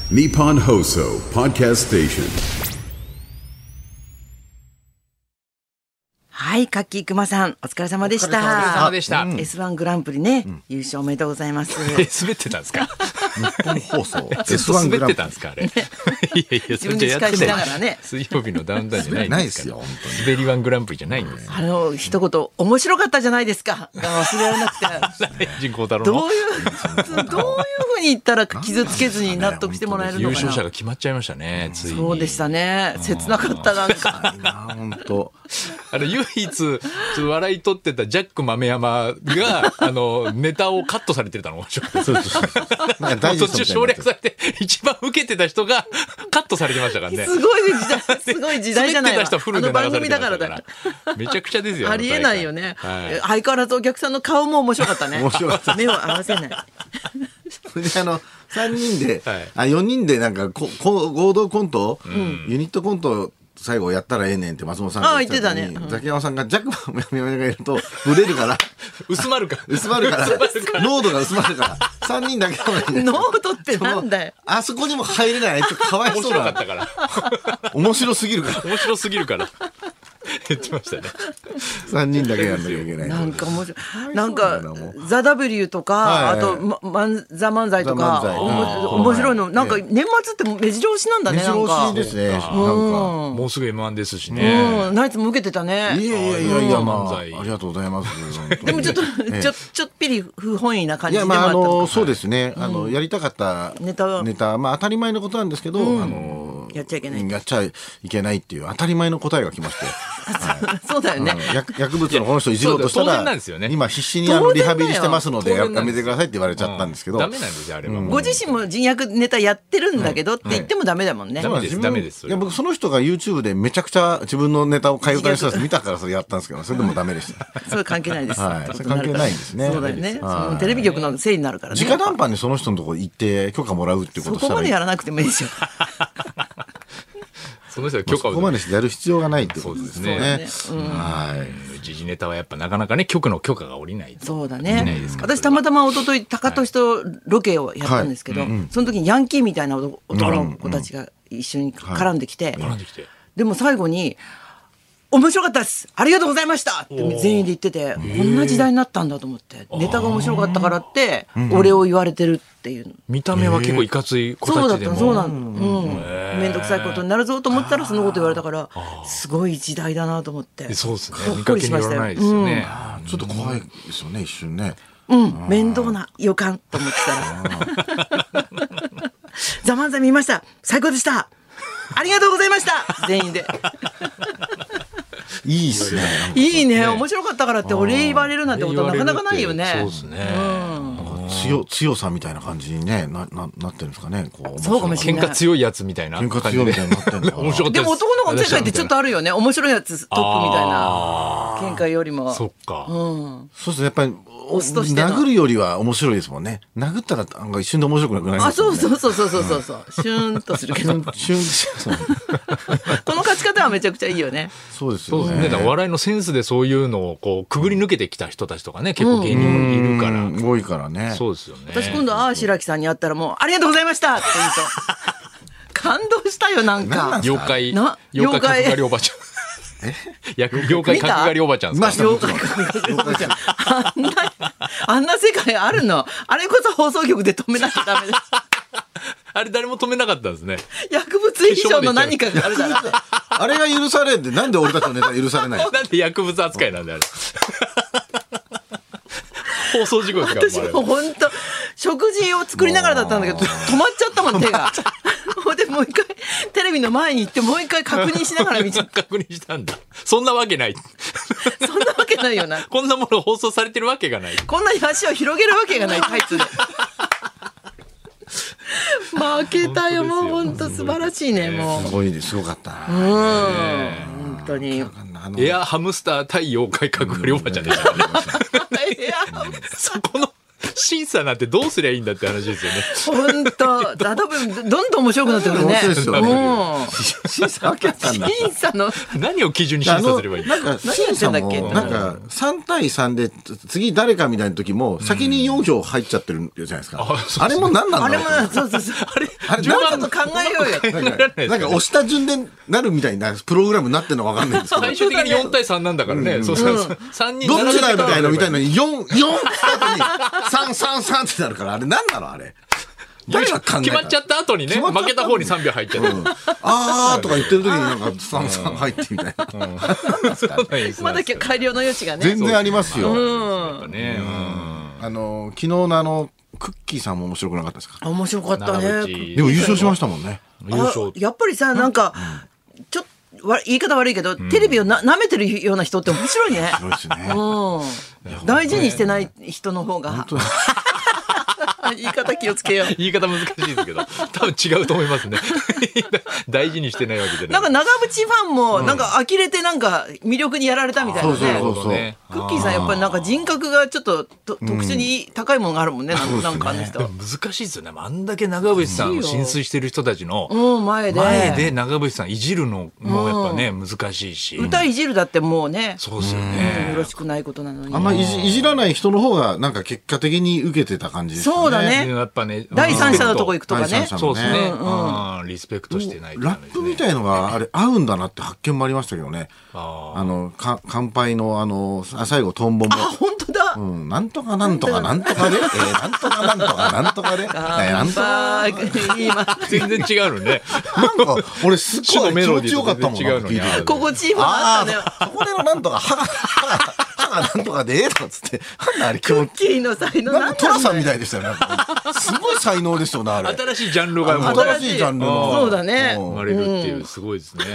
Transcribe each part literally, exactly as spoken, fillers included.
Nippon Hoso Podcast Station。 はい、カッキー熊さんお疲れ様でした。 お疲れ様でした。 うん、エスワン グランプリね、うん、優勝おめでとうございます。 え、滑ってたんですか？ 日本放送エスワン グランプリ滑ってたんですかあれ？ね、いやいや、それじゃやってない。自分で司会しながらね。水曜日のダウンタウンじゃないんですから。 ないですよ本当に。 滑りワングランプリじゃないんです。 あの一言面白かったじゃないですかが忘れられなくて。 人工太郎のどういうどういう風に言ったら傷つけずに納得してもらえるのかな。 優勝者が決まっちゃいましたね。ついに。 そうでしたね。切なかったなんか。 本当。 あの唯一笑い取ってたジャック豆山があのネタをカットされてたの面白い。そうそうそう。なんか途中省略されて一番受けてた人がカットされてましたからね。 すごい時代すごい時代じゃないわ。 滑ってた人フルで流されてましたから。あの番組だからだ。めちゃくちゃですよ。 ありえないよね。 はい、 相変わらずお客さんの顔も面白かったね。 面白かった。 目を合わせない。 それであのさんにんで、はい、あよにんでなんかここ合同コント、うん、ユニットコント最後やったらええねんって松本さんが言ってたのに、ザキヤマさんがジャックマンがいるとブレるから薄まるから薄まるから濃度が薄まるからさんにんだけなのに、ね、 濃度ってなんだよ。 あそこにも入れないあいつかわいそうな。 面白かったから面白すぎるから面白すぎるから言ってましたね。 さんにんだけやんなきゃいけない。 なんか面白い。なんかザ・ W とか、はいはい、あと、ま、ザ漫才とか面白いの。なんか年末って目白押しなんだね。 目白押しですね。なんかもうすぐ エムワン ですしね。 ナイツも受けてたね。 いやいやいやいや、漫才ありがとうございます。 でもちょっとちょちょっぴり不本意な感じでもあった。いやまああのそうですね。あのやりたかったネタネタまあ当たり前のことなんですけど、あのやっちゃいけない。 やっちゃいけないっていう当たり前の答えが来まして。 そうだよね。 薬物のこの人いじろうとしたら、今必死にあのリハビリしてますのでやめてくださいって言われちゃったんですけど、 ダメなんですよあれは。 ご自身も人薬ネタやってるんだけどって言ってもダメだもんね。 ダメですダメです。 いや僕その人が YouTube でめちゃくちゃ自分のネタを替え歌にしたら見たからそれやったんですけど、それでもダメでした。 それ関係ないです。 はい、それ関係ないんですね。 そうだよね。テレビ局のせいになるからね。 直談判にその人のところ行って許可もらうっていうことしたら、 そこまでやらなくてもいいでしょ。 その人は許可をそこまでしてやる必要がないってことですね。 はい。時事ネタはやっぱなかなかね局の許可が下りない。 そうだね。私たまたま一昨日高俊とロケをやったんですけど、その時にヤンキーみたいな男の子たちが一緒に絡んできて、でも最後に面白かったですありがとうございましたって全員で言ってて、こんな時代になったんだと思って、ネタが面白かったからって俺を言われてるっていう。 見た目は結構いかつい子たちでもそうだったそうなの、うん、面倒くさいことになるぞと思ったらそのこと言われたからすごい時代だなと思って。 そうですね。見かけによらないですよね。 ちょっと怖いですよね一瞬ね。 うん面倒な予感と思ってたらザ・漫才見ました最高でしたありがとうございました全員でいいっすね。 いいね面白かったからってお礼言われるなんてことはなかなかないよね。 そうですね。 強, 強さみたいな感じに、ね、な, な, なってるんですかね。こうそうかもしれない。 喧嘩強いやつみたいな喧嘩強いみたいになってるの面白かったです。 でも男の子の世界ってちょっとあるよね。面白いやつトップみたいな喧嘩よりも。 そっか、 うん、 そうですね。やっぱり殴るよりは面白いですもんね。殴ったらなんか一瞬で面白くなくなりますもんね。 あそうそうそうそうそうそう、うん、シューンとするけどシューンこの勝ち方はめちゃくちゃいいよね。 そうですよね。 そうですね。だから笑いのセンスでそういうのをこうくぐり抜けてきた人たちとかね、結構芸人もいるから、うん、 多いからね。 そうですよね。 私今度ああ白木さんに会ったらもうありがとうございましたって言うと感動したよなんか。 妖怪妖怪角刈りおばちゃん。妖怪角刈りおばちゃんですか。 妖怪角刈りおばちゃん。あんなあんな世界あるの。あれこそ放送局で止めなきゃダメです。 あれ誰も止めなかったんですね。 薬物以上の何かがあるだろう。 あれが許されんでなんで俺たちのネタ許されないの。 なんで薬物扱いなんであれ。放送事故ですか。 私も本当食事を作りながらだったんだけど止まっちゃったもん手が。でもう一回テレビの前に行ってもう一回確認しながら見ちゃった。 確認したんだ。そんなわけない。 そんなわけないよな。 こんなもの放送されてるわけがない。 こんなに足を広げるわけがないタイツで。負けたよもう本当素晴らしいね。もうすごいですごかった。 うん本当にエアハムスター対妖怪角刈りおばちゃんでしたね。そこの審査なんてどうすりゃいいんだって話ですよね。 本当だとどんどん面白くなってくるね。 面白いですよねうん審査わけわかんない審査の何を基準に審査すればいいの？ なんか審査もなんかさん対さんで次誰かみたいな時も先によん票入っちゃってるじゃないですか。あれも何なんだろう。 あれもそうそうそう。 あれあれちょっと考えようよ。 なんかなんか押した順でなるみたいなプログラムになってるのかわかんないんですけど。 最終的によん対さんなんだからね。そうそうそう。さんにんどっちだみたいなみたいなに。 よん、よんスタートにさん、さん、さんってなるから、あれ何なのあれ。誰が考えた？ 決まっちゃった後にね、負けた方にさんびょう入ってる。 うん、あーとか言ってる時になんかさん、さん入ってみたいな。 まだ改良の余地がね。 全然ありますよ。 うん。 ね、 あの昨日のあのクッキーさんも面白くなかったですか？ 面白かったね。 でも優勝しましたもんね。 優勝。 やっぱりさ、なんかちょっと言い方悪いけど、テレビをな舐めてるような人って面白いね。 そうですね。 うん。大事にしてない人の方が。言い方気をつけよう。 言い方難しいですけど、多分違うと思いますね。大事にしてないわけじゃない。 なんか長渕ファンもなんか呆れてなんか魅力にやられたみたいなね。 そうそうそう。 クッキーさんやっぱりなんか人格がちょっとと特殊に高いものがあるもんね。 うん、 なんかあの人。 でも難しいですよね。あんだけ長渕さんを浸水してる人たちの前で前で長渕さんいじるのもやっぱね難しいし。 歌いじるだってもうね。 そうですよね。 よろしくないことなのに。 あんまいじいじらない人の方がなんか結果的に受けてた感じですね。 そうだね。 やっぱね。 第三者のとこ行くとかね。 そうですね。リスペクトしてない。 ラップみたいのがあれ合うんだなって発見もありましたけどね。あのか乾杯のあの最後トンボも。 あ本当だ。 うん、なんとかなんとかなんとかで、えー、なんとかなんとかなんとかで、なんとか全然違うのね。 なんか俺すっごい気持ちよかったもん。 違うのに。 心地いいもんあったね。 そこでのなんとか歯が歯が歯がなんとかでとかつって、なんだあれクッキーの才能なんかトラさんみたいでしたよね。すごい才能ですよねあれ。 新しいジャンルが新しいジャンルのそうだね。 生まれるっていうすごいですね。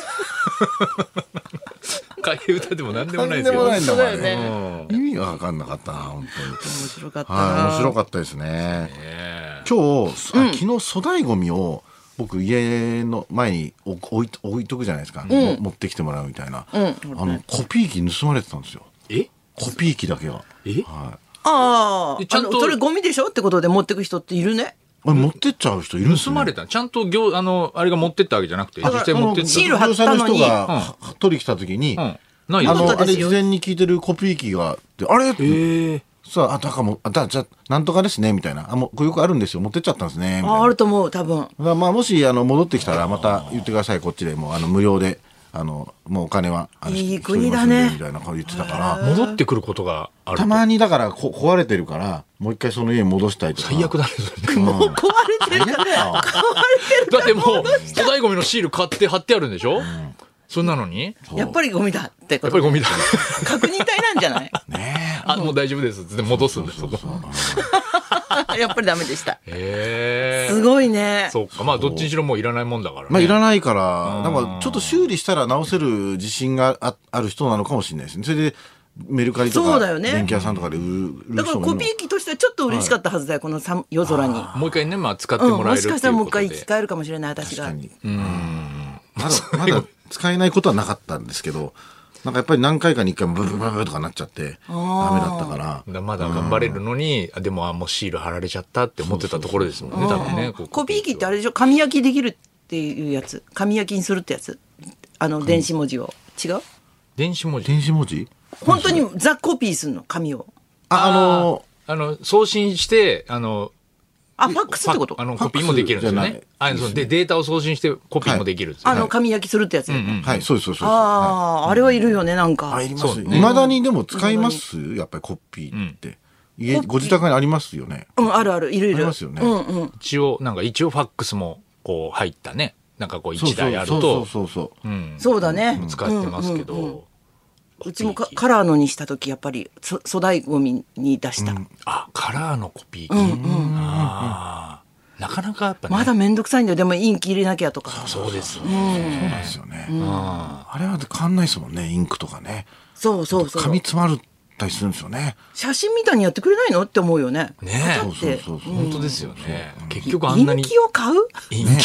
替え歌でも何でもないですよ。 何でもないんだね。 意味が分かんなかったな本当に。 面白かったはい面白かったですね。今日昨日粗大ゴミを僕家の前に置い置いとくじゃないですか。持ってきてもらうみたいな。あのコピー機盗まれてたんですよ。 え？ コピー機だけは。 え？ はい。 ああ。ちゃんとそれゴミでしょってことで持ってく人っているね。 あれ持ってっちゃう人いるんですね。 盗まれたちゃんと業あのあれが持ってったわけじゃなくて実際持ってったシール貼ったのに業者の人が取り来た時に、 ないあのあれ事前に聞いてるコピー機があってあれ、えー、さああたかもあだじゃなんとかですねみたいなあもうこれよくあるんですよ持ってっちゃったんですねみたいな。 ああると思う多分。 まあもしあの戻ってきたらまた言ってくださいこっちでもうあの無料で。あのもうお金はあのいい国だねみたいな顔言ってたから戻ってくることがあるたまにだからこ壊れてるからもう一回その家に戻したいとか最悪だねそれもう壊れてるから壊れてるだってもう粗大ゴミのシール買って貼ってあるんでしょ、うん、そんなのにやっぱりゴミだってことやっぱりゴミだ確認体なんじゃないねあもう大丈夫ですって戻すんですそこやっぱりダメでした。 へすごいね。 そうかまあどっちにしろもういらないもんだからね。 まあいらないからなんかちょっと修理したら直せる自信が あ, ある人なのかもしれないですね。それでメルカリとか電気屋さんとかで売る人もいるの。 だからコピー機としてはちょっと嬉しかったはずだよ、はい、この夜空に。 もう一回ねまあ使ってもらえるっていうことで、うん、もしかしたらもう一回使えるかもしれない私が。 確かにうんまだまだ使えないことはなかったんですけど。なんかやっぱり何回かに一回ブブブブとかなっちゃってダメだったからまだ頑張れるのに、うん、でももうシール貼られちゃったって思ってたところですもんね多分ね。 コピー機ってあれでしょ紙焼きできるっていうやつ紙焼きにするってやつあの電子文字を違う電子文字電子文字本当にザ・コピーするの紙をああのあの送信してあのあファックスってことあのコピーもできるんですよね。あのでデータを送信してコピーもできるんですよ、 はい、あの紙焼きするってやつ、 うんうん、はいそうですそうです。 ああ、はい、あれはいるよねなんか。 あいります。未だにでも使いますやっぱりコピーって、うん、家ご自宅にありますよね。 うんあるあるいるいるありますよね。 うんうん一応なんか一応ファックスもこう入ったねなんかこう一台あるとそうそうそうそう、 うん、そうだね使ってますけど。うんうんうんうちもカラーのにした時やっぱり粗大ゴミに出した、うん、 あカラーのコピー機、うんうんうん、あなかなかやっぱ、ね、 まだめんどくさいんだよでもインキ入れなきゃとか。 そうですね、 うん、 そうなんですよね、うん、あれは変わんないですもんねインクとかね。 そうそうそう紙詰まるたりするんですよね。 写真みたいにやってくれないのって思うよね。 ねえそうそうそうそう、 うん、本当ですよね、うん、結局あんなにインキを買うインキ、ね、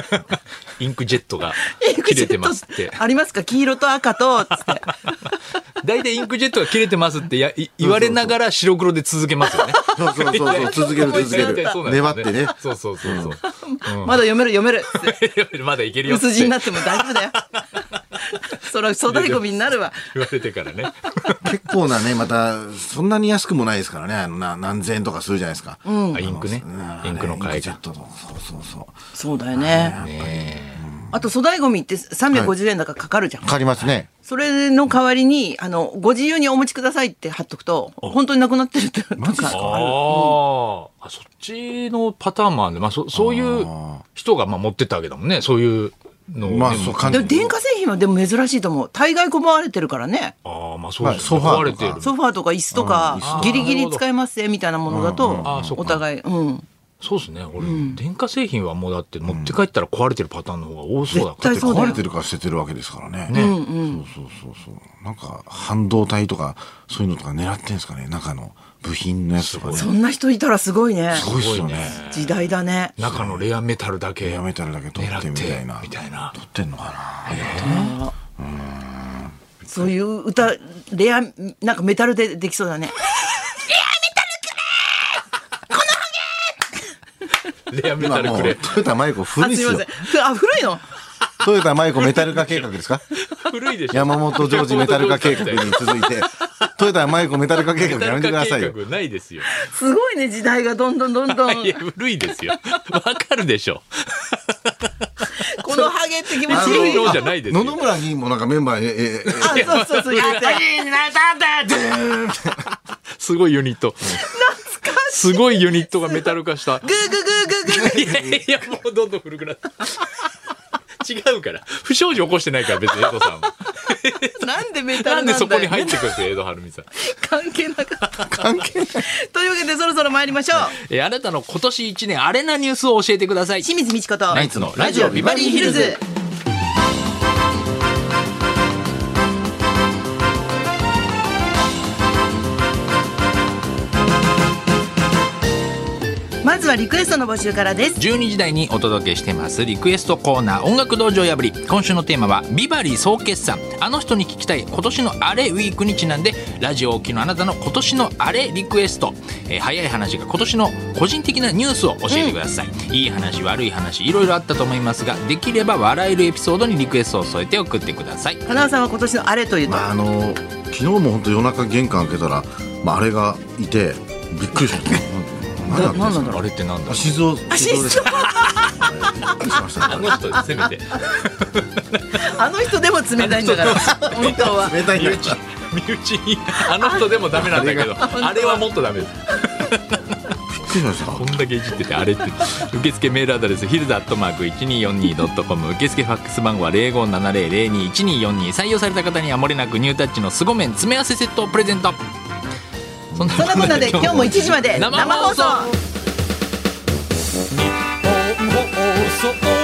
インクジェットが切れてますってありますか黄色と赤とつって大体インクジェットが切れてますってやい言われながら白黒で続けますよね。 そうそうそうそう続ける続ける粘ってね。 そうそうそうそう、 うん、まだ読める読めるまだいけるよ薄字になっても大丈夫だよそれは粗大ゴミになるわ言われてからね結構なねまたそんなに安くもないですからねあのな何千円とかするじゃないですか、 うん、 インクねインクの買いがそうそうそうそうだよね、ねあと粗大ゴミってさんびゃくごじゅうえんだからかかるじゃん、はい、 かかりますね。 それの代わりにあのご自由にお持ちくださいって貼っとくと本当になくなってるってとかマジですか、うん、あそっちのパターンもあるんで、まあ、そ, そういう人がまあ持ってったわけだもんねそういうのを、ね、 まあ、そうでも電化製品はでも珍しいと思う大概壊れてるからね。 あまあそうですね、 ソファーとか壊れてるソファーとか椅子とかギリギリ使えますよみたいなものだとお互いうんそうですね俺、うん、電化製品はもうだって持って帰ったら壊れてるパターンの方が多そうだから、 うん、だって壊れてるから捨ててるわけですからね。ね、うんうん、そうそうそうそうなんか半導体とかそういうのとか狙ってんですかね中の部品のやつとかね。 そんな人いたらすごいね。 すごいっすよね。 時代だね。 中のレアメタルだけレアメタルだけ取ってみたいなみたいな取ってんのかな、 えー、うんそういう歌レアなんかメタルでできそうだねレアメタルくれ。 トヨタマイコ古いっすよ。 あ、古いのトヨタマイコメタル化計画ですか古いでしょ。 山本ジョージメタル化計画に続いてトヨタマイコメタル化計画やめてくださいよ。 ないですよ。 すごいね時代がどんどんどんどんいや古いですよ。わかるでしょ。 このハゲって気持ちいいのじゃないですよ。 野々村議員もなんかメンバーええあそうそうそうやったになったんだすごいユニット。すごいユニットがメタル化した。 グーグーグーグーグー。 いやいやもうどんどん古くなった。違うから不祥事起こしてないから別に江戸さんは。 なんでメタルなんだよ。 なんでそこに入ってくるんですよ江戸晴美さん。 関係なかった。 関係ない。 というわけでそろそろ参りましょう。 えあなたの今年一年アレなニュースを教えてください。 清水美智子とナイツのラジオビバリーヒルズ。 まずはリクエストの募集からです。 じゅうにじ台にお届けしてますリクエストコーナー音楽道場破り。今週のテーマはビバリー総決算あの人に聞きたい今年のあれウィークにちなんでラジオを聴きのあなたの今年のあれリクエスト、えー、早い話が今年の個人的なニュースを教えてください、うん、いい話悪い話いろいろあったと思いますができれば笑えるエピソードにリクエストを添えて送ってください。 花輪さんは今年のあれというと、 まあ、あの昨日も本当夜中玄関開けたら、まあ、あれがいてびっくりしました何なんだろうあれってなんだろう。 静岡静岡あの人せめてあの人でも冷たいんだから本当は冷たいんだから身内にあの人でもダメなんだけどあれはもっとダメです。こんだけいじっててあれって受付メールアドレスヒルズアットマーク いちにーよんにードットコム 受付ファックス番号は ゼロごななゼロゼロにーいちにーよんにー 採用された方にはもれなくニュータッチのスゴメン詰め合わせセットをプレゼント。 そんなことで今日もいちじまで生放送。 日本放送